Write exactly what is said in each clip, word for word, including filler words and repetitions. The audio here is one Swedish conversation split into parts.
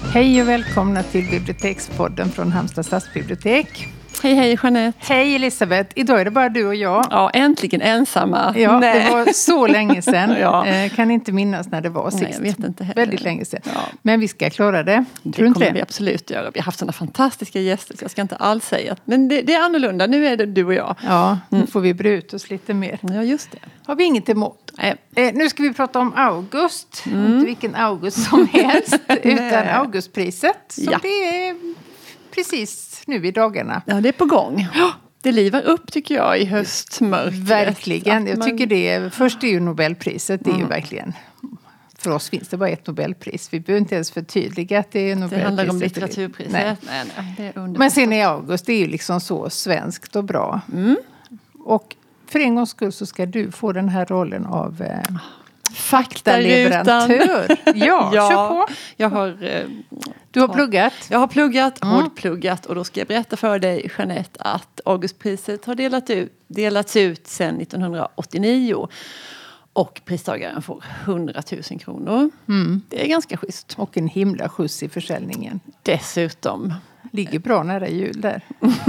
Hej och välkomna till Bibliotekspodden från Halmstad stadsbibliotek. Hej, hej Jeanette. Hej Elisabeth. Idag är det bara du och jag. Ja, äntligen ensamma. Ja, Nej. Det var så länge sedan. Ja. eh, kan inte minnas när det var sist. Nej, jag vet inte heller. Väldigt länge sedan. Ja. Men vi ska klara det. Det Tror du inte kommer det? vi absolut göra. Vi har haft sådana fantastiska gäster så jag ska inte alls säga. Men det, det är annorlunda. Nu är det du och jag. Ja, nu får vi bre ut oss lite mer. Ja, just det. Har vi inget emot. Nej. Eh, nu ska vi prata om August. Mm. Inte vilken August som helst. utan Augustpriset. Som Ja. det är precis nu i dagarna. Ja, det är på gång. Det livar upp tycker jag i höstmörkret. Verkligen. Jag man... tycker det är, först är ju Nobelpriset. Det är mm. ju verkligen... För oss finns det bara ett Nobelpris. Vi behöver inte ens förtydliga att det är Nobelpriset. Det handlar om litteraturpriset. Nej. Nej, nej, det är Men sen i August, det är ju liksom så svenskt och bra. Mm. Och för en gångs skull så ska du få den här rollen av eh, faktaleverantör. Ja, ja, kör på. Jag har, eh, du har pluggat. Jag har pluggat, mm. hårdpluggat. Och då ska jag berätta för dig, Jeanette, att Augustpriset har delat ut, delats ut sedan nittonhundraåttionio. Och pristagaren får hundratusen kronor. Mm. Det är ganska schysst. Och en himla skjuts i försäljningen. Dessutom. Ligger bra nära jul där.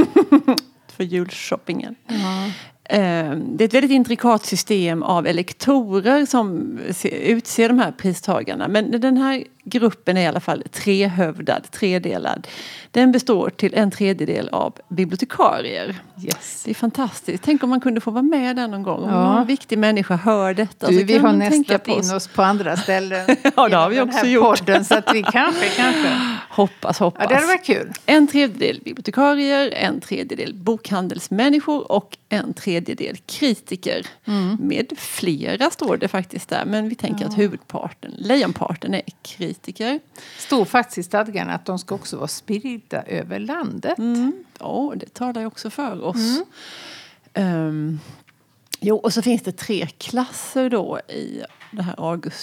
För julshoppingen. Ja. Det är ett väldigt intrikat system av elektorer som utser de här pristagarna. Men den här gruppen är i alla fall trehövdad, tredelad. Den består till en tredjedel av bibliotekarier. Yes. Det är fantastiskt. Tänk om man kunde få vara med där någon gång. Om ja. någon viktig människa hör detta. Du, så vi kan har man nästan på in oss. oss på andra ställen. Ja, det har vi också gjort. Podden, så att vi kanske, kanske. Hoppas, hoppas. Ja, det hade varit kul. En tredjedel bibliotekarier, en tredjedel bokhandelsmänniskor och en tredjedel kritiker. Mm. Med flera står det faktiskt där. Men vi tänker ja. att huvudparten, lejonparten är kritiker. Står faktiskt i stadgarna att de ska också vara spridda över landet. Mm. Ja, det talar ju också för oss. Mm. Um, jo, och så finns det tre klasser då i det här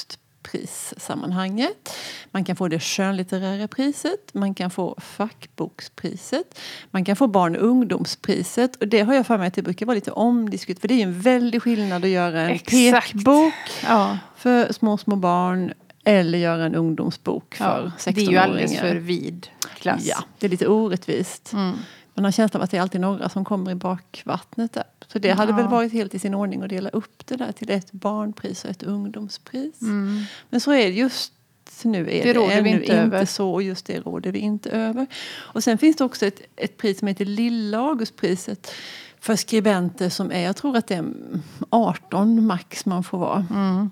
Augustprissammanhanget. Man kan få det skönlitterära priset, man kan få fackbokspriset, man kan få barn- och ungdomspriset. Och det har jag för mig att det brukar vara lite omdiskuterat, för det är ju en väldig skillnad att göra en Exakt. pekbok ja. för små, små barn eller göra en ungdomsbok för ja, sexton-åringar. Det är ju alldeles för vid klass. Ja, det är lite orättvist. Mm. Man har känslan av att det är alltid några som kommer i bakvattnet där. Så det hade ja. väl varit helt i sin ordning att dela upp det där till ett barnpris och ett ungdomspris. Mm. Men så är det just nu är det, det råder ännu vi inte, inte över. så, och just det råder vi inte över. Och sen finns det också ett, ett pris som heter Lilla Augustpriset för skribenter som är, jag tror att det är arton max man får vara. Mm.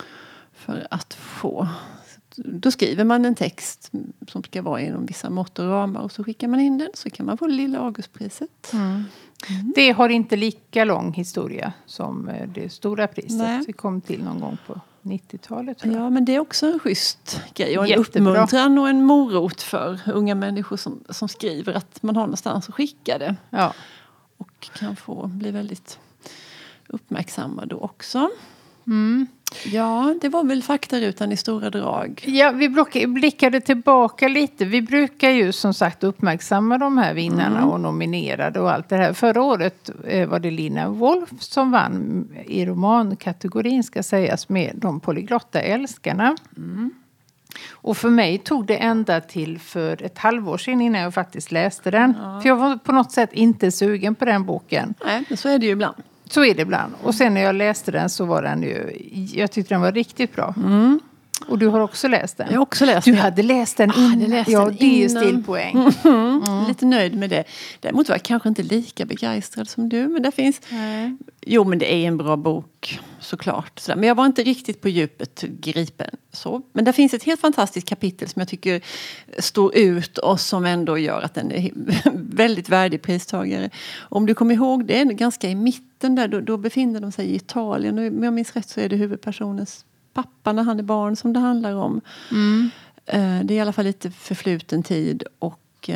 För att få... Då skriver man en text som ska vara inom vissa mått och ramar och så skickar man in den, så kan man få Lilla Augustpriset. Mm. Mm. Det har inte lika lång historia som det stora priset. Nej. Det kom till någon gång på nittiotalet. Tror jag. Ja, men det är också en schysst grej och en Jättebra. uppmuntran och en morot för unga människor som, som skriver att man har någonstans att skicka det. Ja. Och kan få bli väldigt uppmärksammad då också. Mm. Ja, det var väl faktarutan i stora drag. Ja, vi blickade tillbaka lite. Vi brukar ju som sagt uppmärksamma de här vinnarna mm. och nominerade och allt det här. Förra året var det Lina Wolf som vann i romankategorin, ska sägas, med De polyglotta älskarna. Mm. Och för mig tog det ända till för ett halvår sedan innan jag faktiskt läste den. Ja. För jag var på något sätt inte sugen på den boken. Nej, men så är det ju ibland. Så är det ibland. Och sen när jag läste den så var den ju... Jag tyckte den var riktigt bra. Mm. Och du har också läst den. Jag har också läst du den. Du hade läst den innan. Ah, läst ja, den det är ju innan. stilpoäng. Mm. Mm. Lite nöjd med det. Däremot var jag kanske inte lika begeistrad som du. Men det finns... Nej. Jo, men det är en bra bok, såklart. Men jag var inte riktigt på djupet gripen. Så. Men det finns ett helt fantastiskt kapitel som jag tycker står ut och som ändå gör att den är väldigt värdig pristagare. Om du kommer ihåg, det är ganska i mitten där. Då, då befinner de sig i Italien. Och om jag minns rätt så är det huvudpersonens pappa när han är barn som det handlar om. Mm. Det är i alla fall lite förfluten tid och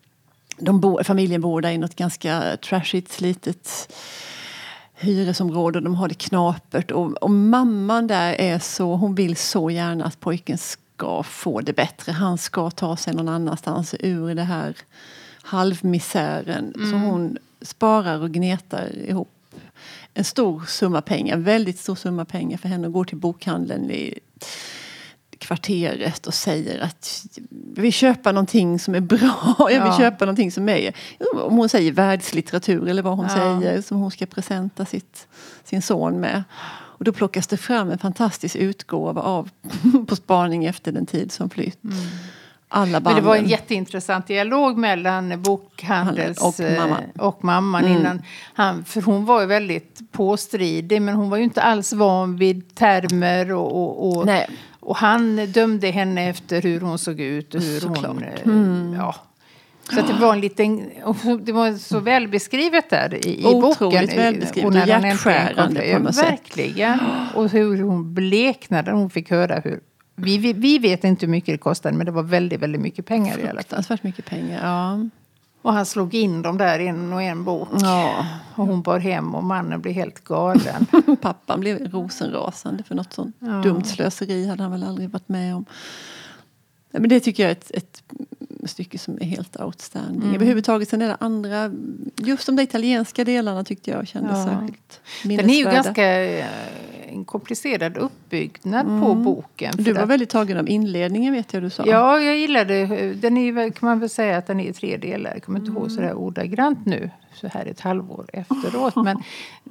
de bo, familjen bor där i något ganska trashigt, slitet hyresområde och de har det knapert. Och, och mamman där är så, hon vill så gärna att pojken ska få det bättre. Han ska ta sig någon annanstans ur det här halvmisären. Mm. Så hon sparar och gnetar ihop en stor summa pengar, väldigt stor summa pengar för henne och går till bokhandeln i kvarteret och säger att jag vill köpa någonting som är bra. Jag vill Ja. köpa någonting som är, om hon säger världslitteratur eller vad hon Ja. säger, som hon ska presenta sitt, sin son med. Och då plockas det fram en fantastisk utgåva av På spaning efter den tid som flytt. Mm. Alla banden. Men det var en jätteintressant dialog mellan bokhandels och mamman, och mamman mm. innan han, för hon var ju väldigt påstridig, men hon var ju inte alls van vid termer och, och, och, Nej. och han dömde henne efter hur hon såg ut och hur Såklart. hon Mm. ja. Så att det var en liten, det var så väl beskrivet där i, i Otroligt boken. välbeskrivet Och när och han hjärtskärande äntligen kom, på något sätt. verkligen. Och hur hon bleknade, hon fick höra hur Vi, vi, vi vet inte hur mycket det kostade, men det var väldigt, väldigt mycket pengar i alla fall. Fruktansvärt mycket pengar, ja. Och han slog in dem där en och en bok. Ja. Och hon bar hem och mannen blev helt galen. Pappan blev rosenrasande för något sånt Ja. dumt slöseri hade han väl aldrig varit med om. Men det tycker jag är ett, ett stycke som är helt outstanding. Mm. Överhuvudtaget sen är det andra, just de där italienska delarna tyckte jag kändes Ja. särskilt minnesvärda. Den är ju ganska en komplicerad uppbyggnad mm. på boken. Du var att, väldigt tagen av inledningen, vet jag du sa. Ja, jag gillade. Den är ju, kan man väl säga att den är i tre delar. Jag kommer inte mm. ihåg sådär ordagrant nu. Så här ett halvår efteråt. Men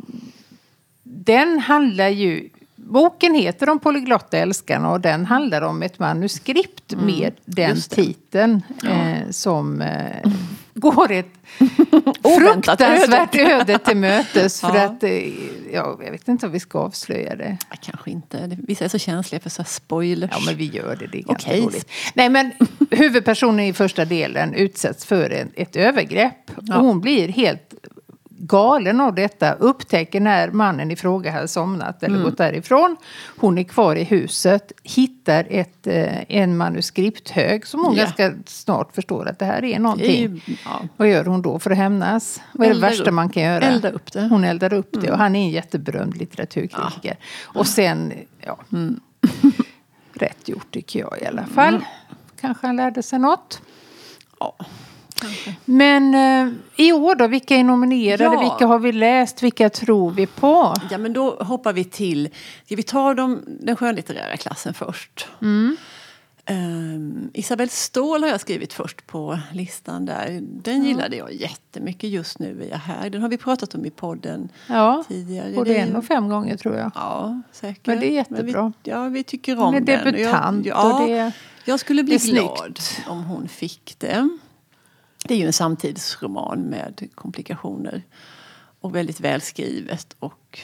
den handlar ju... Boken heter De polyglotta älskarna och den handlar om ett manuskript mm. med den titeln eh, som eh, går ett fruktansvärt öde. öde till mötes för ja. att eh, ja, jag vet inte om vi ska avslöja det. Ja, kanske inte. Vissa är så känsliga för så spoilers. Ja, men vi gör det. Det är ganska okay. roligt. Nej, men huvudpersonen i första delen utsätts för ett, ett övergrepp ja. och hon blir helt galen av detta, upptäcker när mannen i fråga har somnat eller mm. gått därifrån. Hon är kvar i huset, hittar ett, en manuskripthög som hon ja. ganska snart förstår att det här är någonting. Det är, ja. Vad gör hon då för att hämnas? Vad är det värsta upp. man kan göra? Elda upp det. Hon eldar upp mm. det och han är en jätteberömd litteraturkritiker. Ja. Och sen, ja, mm. rätt gjort tycker jag i alla fall. Mm. Kanske han lärde sig något. Ja. Kanske. Men eh, i år då, vilka är nominerade, ja. vilka har vi läst, vilka tror vi på? Ja, men då hoppar vi till, ja, vi tar de, den skönlitterära klassen först. Mm. Um, Isabel Ståhl har jag skrivit först på listan där. Den mm. gillade jag jättemycket just nu vi är här. Den har vi pratat om i podden ja, tidigare. Både en och fem gånger tror jag. Ja, säkert. Men det är jättebra. Vi, ja, vi tycker om den. Den är debutant jag, ja, och det jag skulle bli det glad om hon fick det. Det är ju en samtidsroman med komplikationer. Och väldigt välskrivet och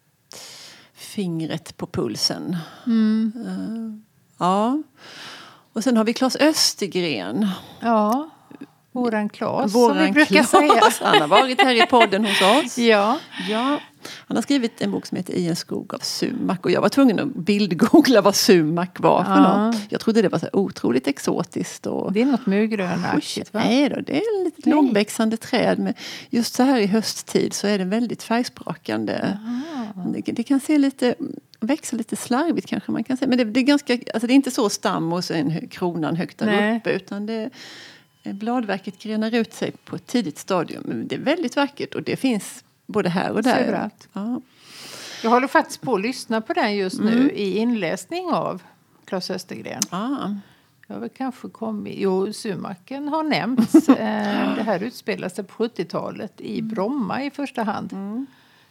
fingret på pulsen. Mm. Uh, ja. Och sen har vi Claes Östergren. Ja, våran Claes våran som vi brukar Claes. säga. Han har varit här i podden hos oss. Ja. Ja. Han har skrivit en bok som heter I en skog av sumak. Och jag var tvungen att bildgoogla vad sumak var för ja. något. Jag trodde det var så otroligt exotiskt. Och... Det är något murgrönaktigt, va? Nej då, det är ett litet långväxande träd. Men just så här i hösttid så är det väldigt färgsprakande. Det, det kan se lite... växer lite slarvigt kanske man kan säga. Men det, det är ganska, alltså det är inte så stam och sen kronan högt där Nej. uppe. Utan det, bladverket grenar ut sig på ett tidigt stadium. Men det är väldigt vackert och det finns både här och där. Ja. Jag håller faktiskt på att lyssna på den just nu mm. i inläsning av Claes Östergren. Ah. Jag har väl kanske kommit... Jo, sumaken har nämnts. Det här utspelar sig på sjuttiotalet i Bromma i första hand. Mm.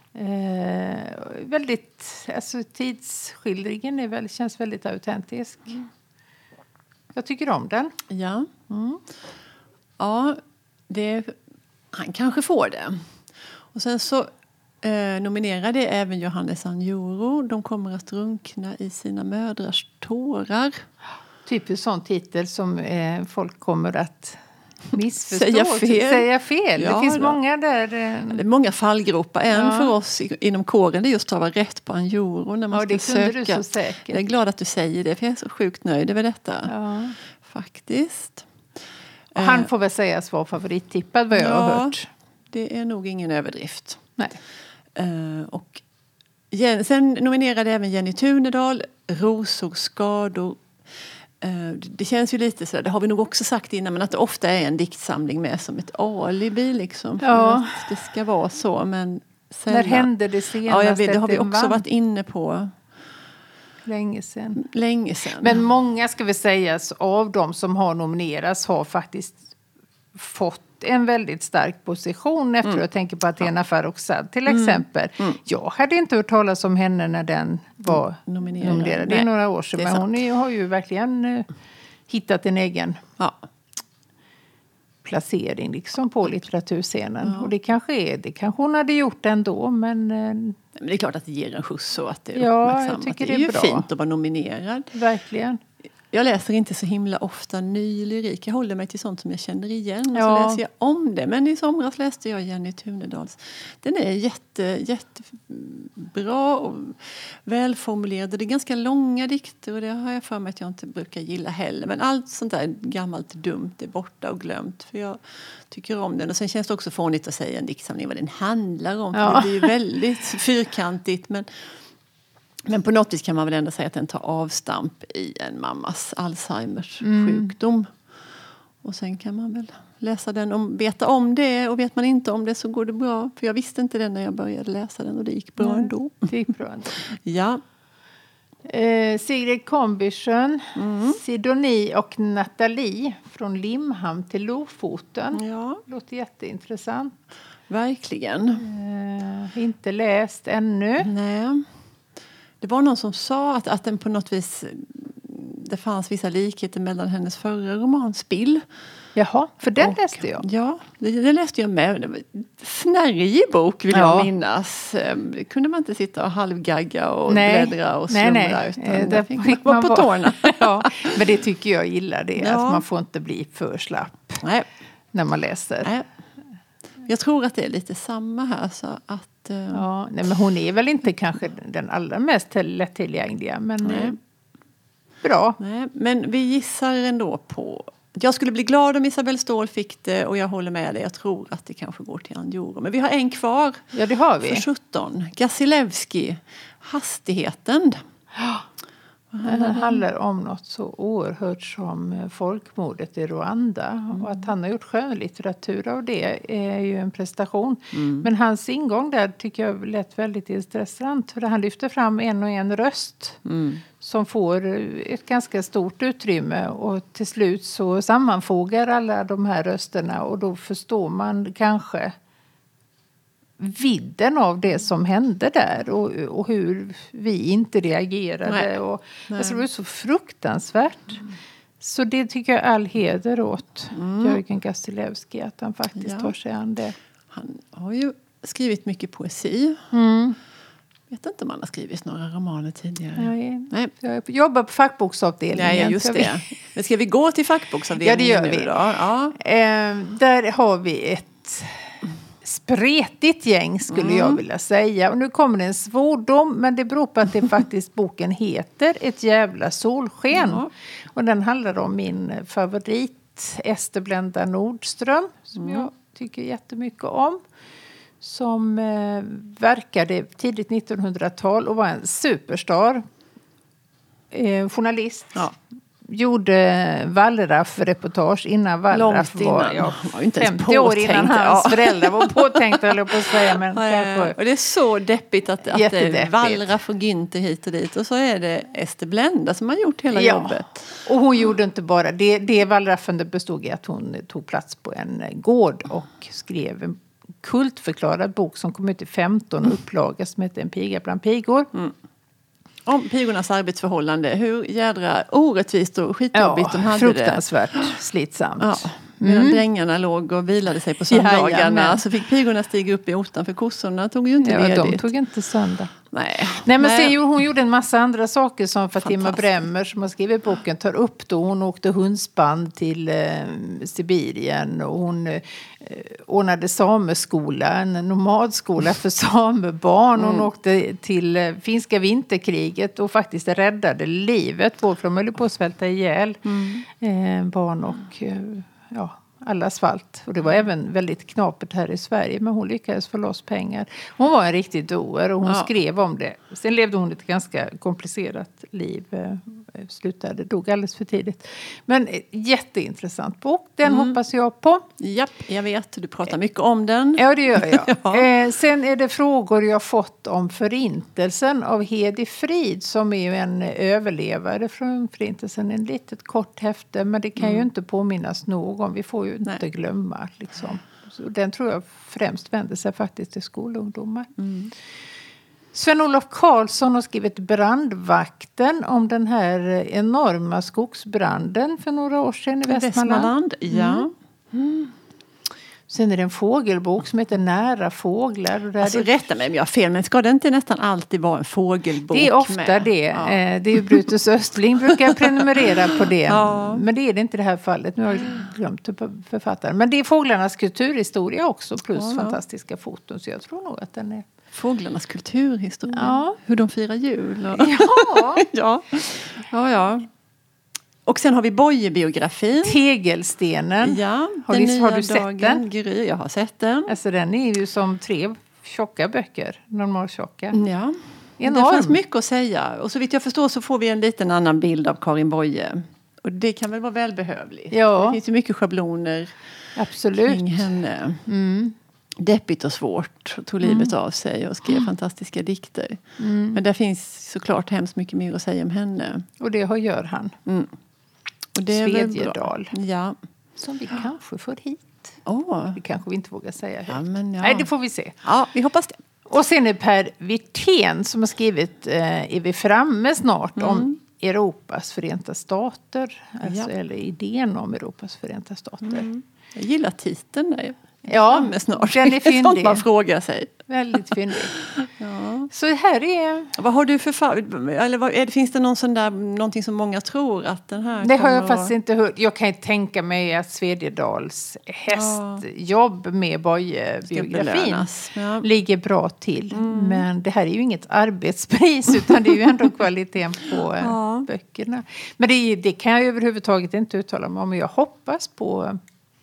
Eh, väldigt, alltså tidsskildringen är väl, känns väldigt autentisk. Mm. Jag tycker om den. Ja, mm. ja det, han kanske får det. Och sen så eh, nominerade även Johannes Anjuro. De kommer att drunkna i sina mödrars tårar. Typiskt sån titel som eh, folk kommer att missförstå. Säga fel. Säga fel. Ja, det finns då. många där. Eh... Det är många fallgropar. En ja. för oss inom kåren det är just att vara rätt på Anjuro när man ja, ska det söka. Du så säkert. Jag är glad att du säger det för jag är så sjukt nöjd över detta. Ja. Faktiskt. Och han får väl sägas vara favorittippad vad jag ja, har hört. Det är nog ingen överdrift. Nej. Uh, och sen nominerade även Jenny Tunedal Rosor, skador. Uh, det känns ju lite så, det har vi nog också sagt innan, men att det ofta är en diktsamling med som ett alibi liksom. För ja. att det ska vara så, men sällan. När hände det senast? Ja, jag vet, det har vi också vann. varit inne på. Länge sedan. Länge sedan. Men många, ska vi säga, av de som har nominerats har faktiskt fått en väldigt stark position efter mm. jag tänker på Athena Farrokhzad till exempel. Mm. Mm. Jag hade inte hört talas om henne när den var nominerad. nominerad. Det är några år sedan, men hon är, har ju verkligen uh, hittat en egen ja. placering liksom på litteraturscenen. Ja. Och det kanske är, det kanske hon hade gjort ändå, men... Uh, men det är klart att det ger en skjuts så att det är ja, uppmärksammat. Jag tycker det är, det är ju bra. Fint att vara nominerad. Verkligen. Jag läser inte så himla ofta ny lyrik. Jag håller mig till sånt som jag känner igen. Och ja. så läser jag om det. Men i somras läste jag Jenny Tunedals. Den är jätte, jättebra och välformulerad. Det är ganska långa dikter. Och det har jag för mig att jag inte brukar gilla heller. Men allt sånt där gammalt dumt är borta och glömt. För jag tycker om den. Och sen känns det också fånigt att säga en diktsamling vad den handlar om. För ja. det blir ju väldigt fyrkantigt. Men... Men på något vis kan man väl ändå säga att den tar avstamp i en mammas Alzheimers mm. sjukdom. Och sen kan man väl läsa den och veta om det. Och vet man inte om det så går det bra. För jag visste inte det när jag började läsa den och det gick bra Nej, ändå. Det gick bra ändå. ja. Eh, Sigrid Combüchen, mm. Sidonie och Nathalie från Limhamn till Lofoten. Ja. Låter jätteintressant. Verkligen. Eh, inte läst ännu. Nej. Det var någon som sa att, att den på något vis, det fanns vissa likheter mellan hennes förra roman Spill. Jaha, för den och, läste jag. Ja, den läste jag med. Det var en snärjig bok vill ja. jag minnas. Det kunde man inte sitta och halvgagga och nej. bläddra och slumra. Nej, nej. Utan det fick man vara på tårna. ja, men det tycker jag gillar det. Ja. Att man får inte bli för slapp nej. när man läser. Nej. Jag tror att det är lite samma här. Så att, ja, nej, men hon är väl inte kanske den allra mest lättillgängliga, men nej. bra. Nej, men vi gissar ändå på... Jag skulle bli glad om Isabelle Ståhl fick det och jag håller med dig. Jag tror att det kanske går till Ann Joro. Men vi har en kvar. Ja, det har vi. För sjutton. Gasilewski. Hastigheten. Den handlar om något så oerhört som folkmordet i Rwanda. Mm. Och att han har gjort skönlitteratur av det är ju en prestation. Mm. Men hans ingång där tycker jag lät väldigt intressant. För han lyfter fram en och en röst. Mm. Som får ett ganska stort utrymme. Och till slut så sammanfogar alla de här rösterna. Och då förstår man kanske vidden av det som hände där och, och hur vi inte reagerade. Nej. Och, alltså det var så fruktansvärt. Mm. Så det tycker jag all heder åt mm. Jörgen Gasilewski att han faktiskt ja. tar sig an det. Han har ju skrivit mycket poesi. Mm. Jag vet inte om han har skrivit några romaner tidigare. Nej. Nej. Jag jobbar på fackboksavdelningen. Nej, just det. Men ska vi gå till fackboksavdelningen ja, det gör vi. nu då? Ja. Eh, där har vi ett spretigt gäng skulle mm. jag vilja säga. Och nu kommer det en svordom, men det beror på att det faktiskt boken heter Ett jävla solsken. Mm. Och den handlar om min favorit Ester Blenda Nordström som mm. jag tycker jättemycket om. Som eh, verkade tidigt nittonhundratal och var en superstar. Eh, journalist. Ja. Gjorde Wallraff-reportage innan Wallraff Långt innan. var ja, var inte femtio år innan hans ja. föräldrar var påtänkta, eller på att säga. Men ja, och det är så deppigt att, att det är Wallraff och Günther hit och dit. Och så är det Ester Blenda som har gjort hela ja. jobbet. Och hon gjorde inte bara det. Det Wallraffen bestod i att hon tog plats på en gård och skrev en kultförklarad bok som kom ut i femton upplagor som heter En piga bland pigor. Mm. Om pigornas arbetsförhållande. Hur jädra orättvist och skitjobbigt ja, de hade fruktansvärt det. Fruktansvärt slitsamt. Ja. Medan mm. drängarna låg och vilade sig på söndagarna ja, så fick pigorna stiga upp i ottan för kossorna tog ju inte ja, ledigt. De tog inte söndag. Nej. Nej, men sen, hon gjorde en massa andra saker som Fatima Bremmer som har skrivit boken tar upp då. Hon åkte hundspann till eh, Sibirien och hon eh, ordnade sameskola, en nomadskola för samebarn. Hon mm. åkte till eh, finska vinterkriget och faktiskt räddade livet på, för de höll på att svälta ihjäl mm. eh, barn och eh, ja, all asfalt. Och det var även väldigt knapert här i Sverige. Men hon lyckades få loss pengar. Hon var en riktig doer och hon ja. skrev om det. Sen levde hon ett ganska komplicerat liv. Slutade, dog alldeles för tidigt. Men jätteintressant bok. Den mm. hoppas jag på. Japp, jag vet. Du pratar mycket om den. Ja, det gör jag. ja. eh, sen är det frågor jag fått om förintelsen av Hedi Frid. Som är ju en överlevare från förintelsen. En litet kort häfte. Men det kan mm. ju inte påminnas nog om. Vi får ju inte Nej. glömma. Liksom. Så den tror jag främst vänder sig faktiskt till skolungdomar. Mm. Sven-Olof Karlsson har skrivit Brandvakten om den här enorma skogsbranden för några år sedan i Västmanland. Västmanland, ja. Mm. Mm. Sen är det en fågelbok som heter Nära fåglar. Och där alltså, det... rätta mig om jag har fel, men ska det inte nästan alltid vara en fågelbok? Det är ofta med? det. Ja. Det är ju Brutus Östling brukar prenumerera på det. Ja. Men det är det inte i det här fallet. Nu har jag glömt författaren. Men det är fåglarnas kulturhistoria också, plus ja. fantastiska foton. Så jag tror nog att den är... Fåglarnas kulturhistoria. Ja. Hur de firar jul. Och... Ja. ja. Ja, ja. Och sen har vi Boye-biografin. Tegelstenen. Ja, har, den du, nya har du sett dagen, den? Gry, jag har sett den. Alltså den är ju som tre tjocka böcker. Normaltjocka. Ja. Enorm. Det fanns mycket att säga. Och så vitt jag förstår så får vi en liten annan bild av Karin Boye. Och det kan väl vara välbehövligt. Ja. Det finns ju mycket schabloner. Absolut. Kring henne. Mm. Deppigt och svårt. Och tog livet mm. av sig och skrev mm. fantastiska dikter. Mm. Men där finns såklart hemskt mycket mer att säga om henne. Och det gör han. Mm. Och det är Svedjedal. Ja. Som vi kanske får hit. Oh. Det kanske vi inte vågar säga. Ja, men ja. Nej, det får vi se. Ja, vi hoppas det. Och sen är Per Wirtén som har skrivit eh, Är vi framme snart mm. om Europas förenta stater. Alltså, ja. Eller idén om Europas förenta stater. Mm. Jag gillar titeln där. Ja, snart. Den är fyndig. Sånt man frågar sig. Väldigt fyndig. Ja. Så här är... Vad har du för fa- eller vad, är det, finns det någon sån där, någonting som många tror att den här det har jag att... faktiskt inte hört. Jag kan ju tänka mig att Svedjedals hästjobb ja. med Boye-biografin ja. ligger bra till. Mm. Men det här är ju inget arbetspris utan det är ju ändå kvaliteten på ja. böckerna. Men det, det kan jag överhuvudtaget inte uttala mig om. Jag hoppas på...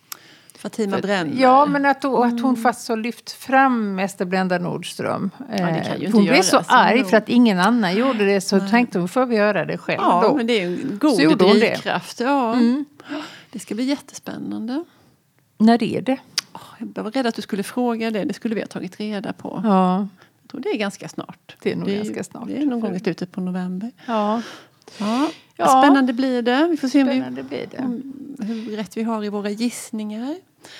Fatima Brenner. Ja, men att, att hon mm. faktiskt har lyft fram Mäster Blenda Nordström. Ja, det kan ju inte hon göra blev så arg för att ingen annan gjorde det. Så Nej. tänkte hon, får vi göra det själv ja, då? Ja, men det är en god drivkraft. Ja. Mm. Det ska bli jättespännande. När är det? Jag var rädd att du skulle fråga det. Det skulle vi ha tagit reda på. Ja. Jag tror det är ganska snart. Det är nog det är, ganska snart. Det är någon gång i slutet på november. Ja. Ja. Ja. Spännande blir det. Vi får se om, Spännande vi, blir det. om hur rätt vi har i våra gissningar.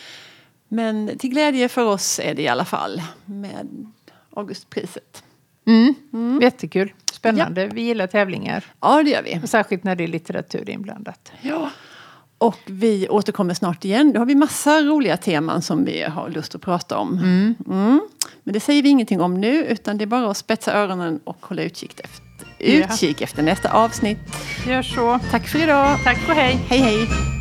Men till glädje för oss är det i alla fall med Augustpriset. Mm. Mm. Jättekul. Spännande. Ja. Vi gillar tävlingar. Ja, det gör vi. Och särskilt när det är litteratur inblandat. Ja. Och vi återkommer snart igen. Då har vi massa roliga teman som vi har lust att prata om. Mm. Mm. Men det säger vi ingenting om nu. Utan det är bara att spetsa öronen och hålla utkik efter, utkik ja. efter nästa avsnitt. Gör så. Tack för idag. Tack och hej. Hej hej.